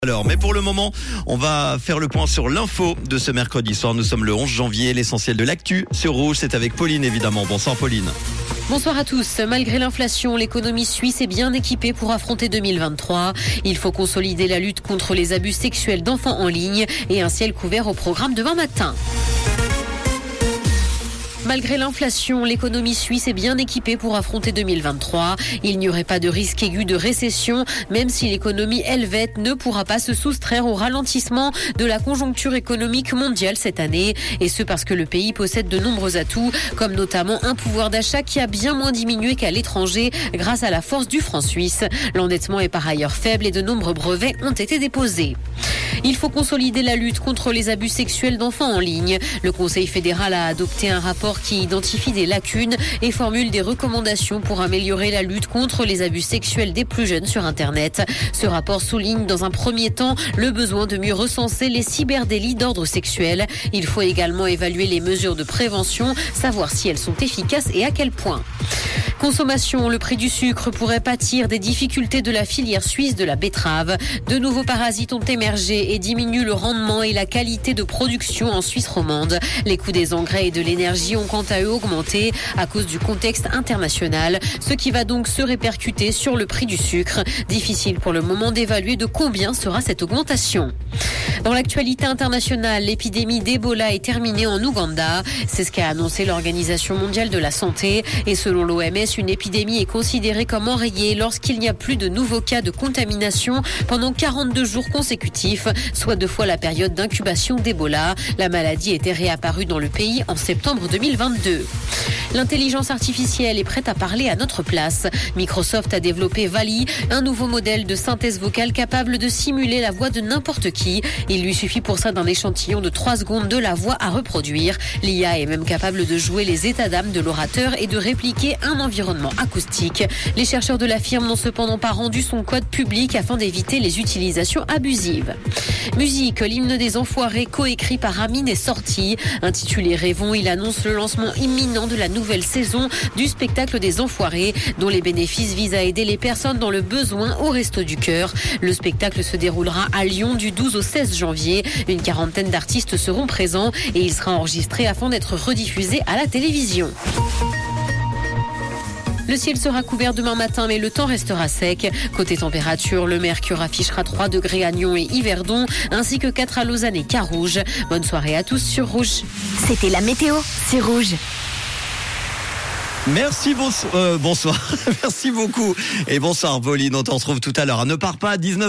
Alors, mais pour le moment, on va faire le point sur l'info de ce mercredi soir. Nous sommes le 11 janvier, l'essentiel de l'actu sur Rouge, c'est avec Pauline évidemment. Bonsoir Pauline. Bonsoir à tous. Malgré l'inflation, l'économie suisse est bien équipée pour affronter 2023. Il faut consolider la lutte contre les abus sexuels d'enfants en ligne et un ciel couvert au programme demain matin. Malgré l'inflation, l'économie suisse est bien équipée pour affronter 2023. Il n'y aurait pas de risque aigu de récession, même si l'économie helvète ne pourra pas se soustraire au ralentissement de la conjoncture économique mondiale cette année. Et ce parce que le pays possède de nombreux atouts, comme notamment un pouvoir d'achat qui a bien moins diminué qu'à l'étranger grâce à la force du franc suisse. L'endettement est par ailleurs faible et de nombreux brevets ont été déposés. Il faut consolider la lutte contre les abus sexuels d'enfants en ligne. Le Conseil fédéral a adopté un rapport qui identifie des lacunes et formule des recommandations pour améliorer la lutte contre les abus sexuels des plus jeunes sur Internet. Ce rapport souligne dans un premier temps le besoin de mieux recenser les cyberdélits d'ordre sexuel. Il faut également évaluer les mesures de prévention, savoir si elles sont efficaces et à quel point. Consommation, le prix du sucre pourrait pâtir des difficultés de la filière suisse de la betterave. De nouveaux parasites ont émergé et diminuent le rendement et la qualité de production en Suisse romande. Les coûts des engrais et de l'énergie ont quant à eux augmenté à cause du contexte international, ce qui va donc se répercuter sur le prix du sucre. Difficile pour le moment d'évaluer de combien sera cette augmentation. Dans l'actualité internationale, l'épidémie d'Ebola est terminée en Ouganda. C'est ce qu'a annoncé l'Organisation mondiale de la santé. Et selon l'OMS, une épidémie est considérée comme enrayée lorsqu'il n'y a plus de nouveaux cas de contamination pendant 42 jours consécutifs, soit 2 fois la période d'incubation d'Ebola. La maladie était réapparue dans le pays en septembre 2022. L'intelligence artificielle est prête à parler à notre place. Microsoft a développé Wall-E, un nouveau modèle de synthèse vocale capable de simuler la voix de n'importe qui. Il lui suffit pour ça d'un échantillon de 3 secondes de la voix à reproduire. L'IA est même capable de jouer les états d'âme de l'orateur et de répliquer un environnement acoustique. Les chercheurs de la firme n'ont cependant pas rendu son code public afin d'éviter les utilisations abusives. Musique, l'hymne des Enfoirés, coécrit par Amine, est sorti. Intitulé Rêvons, il annonce le lancement imminent de la nouvelle saison du spectacle des Enfoirés, dont les bénéfices visent à aider les personnes dans le besoin au Resto du Cœur. Le spectacle se déroulera à Lyon du 12 au 16 janvier. Une quarantaine d'artistes seront présents et il sera enregistré afin d'être rediffusé à la télévision. Le ciel sera couvert demain matin, mais le temps restera sec. Côté température, le mercure affichera 3 degrés à Nyon et Yverdon, ainsi que 4 à Lausanne et Carouge. Bonne soirée à tous sur Rouge. C'était la météo, c'est Rouge. Merci, bonsoir. Merci beaucoup. Et bonsoir Pauline, on te retrouve tout à l'heure. Ne pars pas à 19h.